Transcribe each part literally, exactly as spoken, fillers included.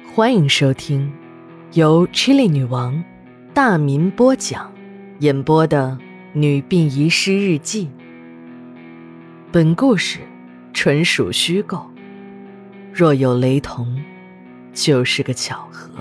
欢迎收听由 Chili 女王大民播讲演播的女病遗失日记。本故事纯属虚构，若有雷同，就是个巧合。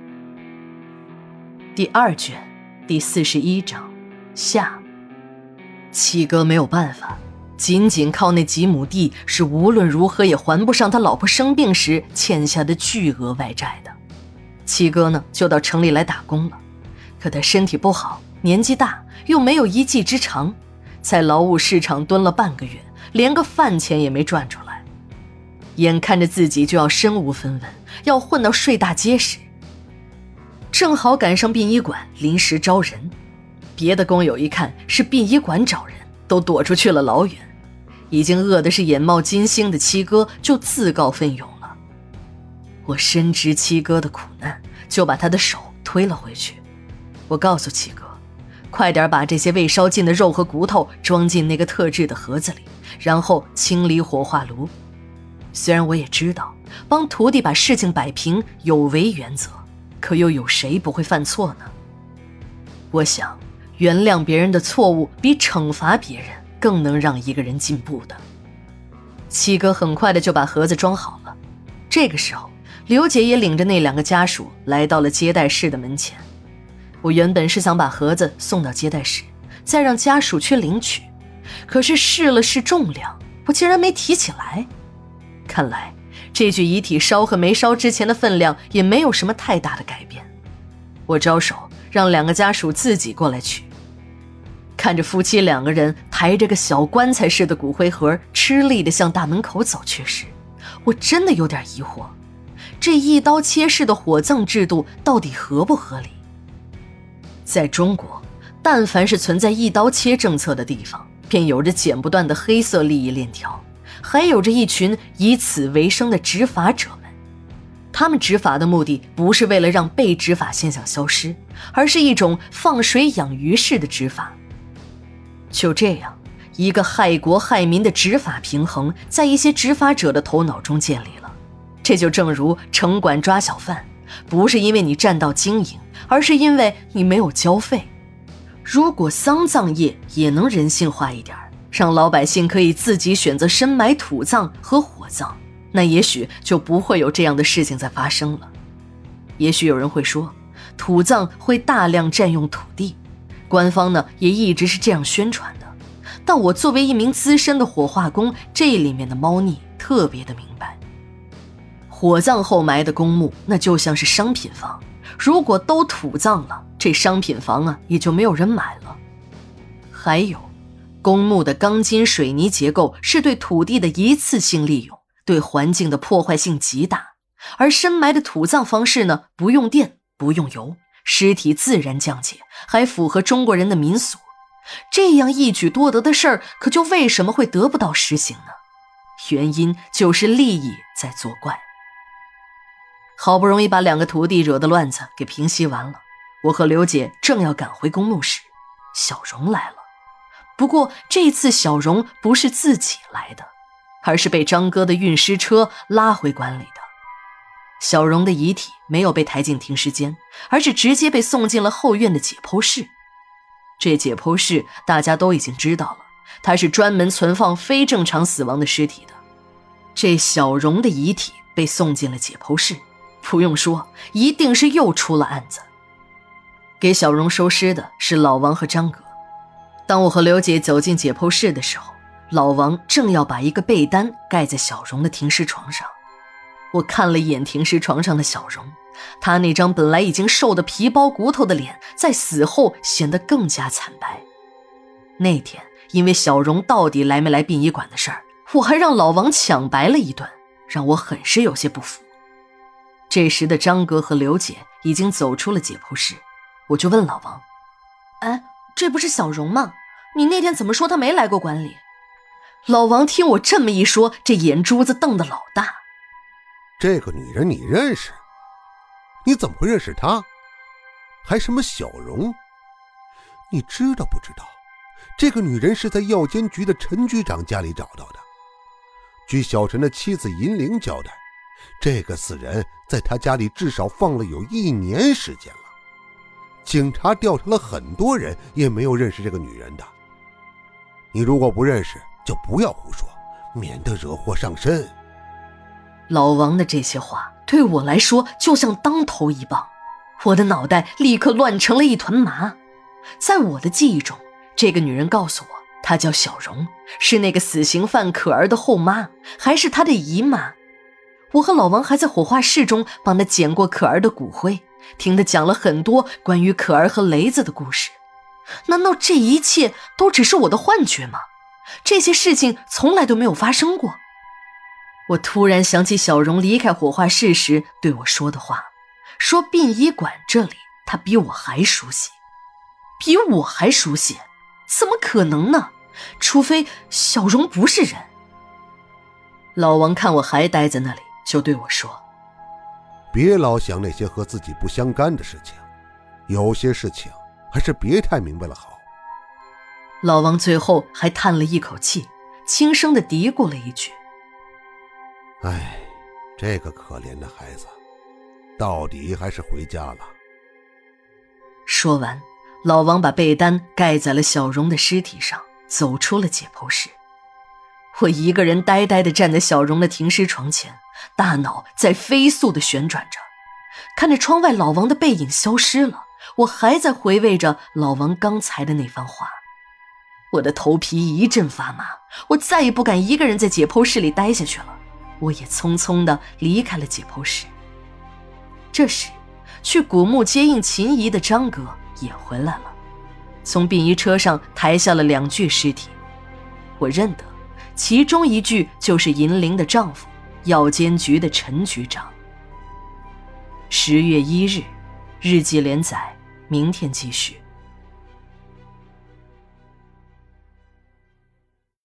第二卷第四十一章下。七哥没有办法，仅仅靠那几亩地是无论如何也还不上他老婆生病时欠下的巨额外债的。七哥呢，就到城里来打工了。可他身体不好，年纪大，又没有一技之长，在劳务市场蹲了半个月，连个饭钱也没赚出来。眼看着自己就要身无分文，要混到睡大街时，正好赶上殡仪馆临时招人。别的工友一看是殡仪馆找人，都躲出去了老远。已经饿的是眼冒金星的七哥就自告奋勇了。我深知七哥的苦难，就把他的手推了回去。我告诉七哥，快点把这些未烧尽的肉和骨头装进那个特制的盒子里，然后清理火化炉。虽然我也知道帮徒弟把事情摆平有违原则，可又有谁不会犯错呢？我想原谅别人的错误比惩罚别人更能让一个人进步的。七哥很快的就把盒子装好了。这个时候，刘姐也领着那两个家属来到了接待室的门前。我原本是想把盒子送到接待室，再让家属去领取，可是试了试重量，我竟然没提起来。看来这具遗体烧和没烧之前的分量也没有什么太大的改变。我招手让两个家属自己过来取。看着夫妻两个人抬着个小棺材似的骨灰盒吃力地向大门口走去时，我真的有点疑惑，这一刀切式的火葬制度到底合不合理？在中国，但凡是存在一刀切政策的地方，便有着剪不断的黑色利益链条，还有着一群以此为生的执法者们。他们执法的目的不是为了让被执法现象消失，而是一种放水养鱼式的执法。就这样，一个害国害民的执法平衡在一些执法者的头脑中建立了。这就正如城管抓小贩，不是因为你占道经营，而是因为你没有交费。如果丧葬业也能人性化一点，让老百姓可以自己选择深埋土葬和火葬，那也许就不会有这样的事情在发生了。也许有人会说，土葬会大量占用土地，官方呢也一直是这样宣传的。但我作为一名资深的火化工，这里面的猫腻特别的明白。火葬后埋的公墓那就像是商品房，如果都土葬了，这商品房啊也就没有人买了。还有，公墓的钢筋水泥结构是对土地的一次性利用，对环境的破坏性极大。而深埋的土葬方式呢，不用电，不用油，尸体自然降解，还符合中国人的民俗。这样一举多得的事儿，可就为什么会得不到实行呢？原因就是利益在作怪。好不容易把两个徒弟惹的乱子给平息完了，我和刘姐正要赶回公墓时，小荣来了。不过这次小荣不是自己来的，而是被张哥的运尸车拉回馆里的。小荣的遗体没有被抬进停尸间，而是直接被送进了后院的解剖室。这解剖室大家都已经知道了，它是专门存放非正常死亡的尸体的。这小荣的遗体被送进了解剖室，不用说，一定是又出了案子。给小荣收尸的是老王和张哥。当我和刘姐走进解剖室的时候，老王正要把一个被单盖在小荣的停尸床上。我看了一眼停尸床上的小荣，他那张本来已经瘦得皮包骨头的脸，在死后显得更加惨白。那天因为小荣到底来没来殡仪馆的事儿，我还让老王抢白了一顿，让我很是有些不服。这时的张哥和刘姐已经走出了解剖室，我就问老王，哎，这不是小荣吗？你那天怎么说他没来过馆里？老王听我这么一说，这眼珠子瞪得老大。 这个女人你认识？你怎么会认识她？还什么小荣？你知道不知道，这个女人是在药监局的陈局长家里找到的。据小陈的妻子银玲交代， 这个死人在他家里至少放了有一年时间了。警察调查了很多人，也没有认识这个女人的。你如果不认识，就不要胡说，免得惹祸上身。 老王的这些话对我来说就像当头一棒，我的脑袋立刻乱成了一团麻。在我的记忆中，这个女人告诉我，她叫小荣，是那个死刑犯可儿的后妈，还是她的姨妈。我和老王还在火化室中帮她捡过可儿的骨灰，听她讲了很多关于可儿和雷子的故事。难道这一切都只是我的幻觉吗？这些事情从来都没有发生过。我突然想起小荣离开火化室时对我说的话，说殡仪馆这里她比我还熟悉。比我还熟悉？怎么可能呢？除非小荣不是人。老王看我还待在那里，就对我说， 别老想那些和自己不相干的事情，有些事情还是别太明白了好。 老王最后还叹了一口气，轻声地嘀咕了一句， 唉，这个可怜的孩子，到底还是回家了。 说完，老王把被单盖在了小荣的尸体上，走出了解剖室。我一个人呆呆地站在小荣的停尸床前，大脑在飞速地旋转着，看着窗外老王的背影消失了，我还在回味着老王刚才的那番话。我的头皮一阵发麻，我再也不敢一个人在解剖室里待下去了。我也匆匆地离开了解剖室。这时，去古墓接应秦姨的张哥也回来了，从殡仪车上抬下了两具尸体。我认得，其中一具就是银铃的丈夫，药监局的陈局长。十月一日，日记连载，明天继续。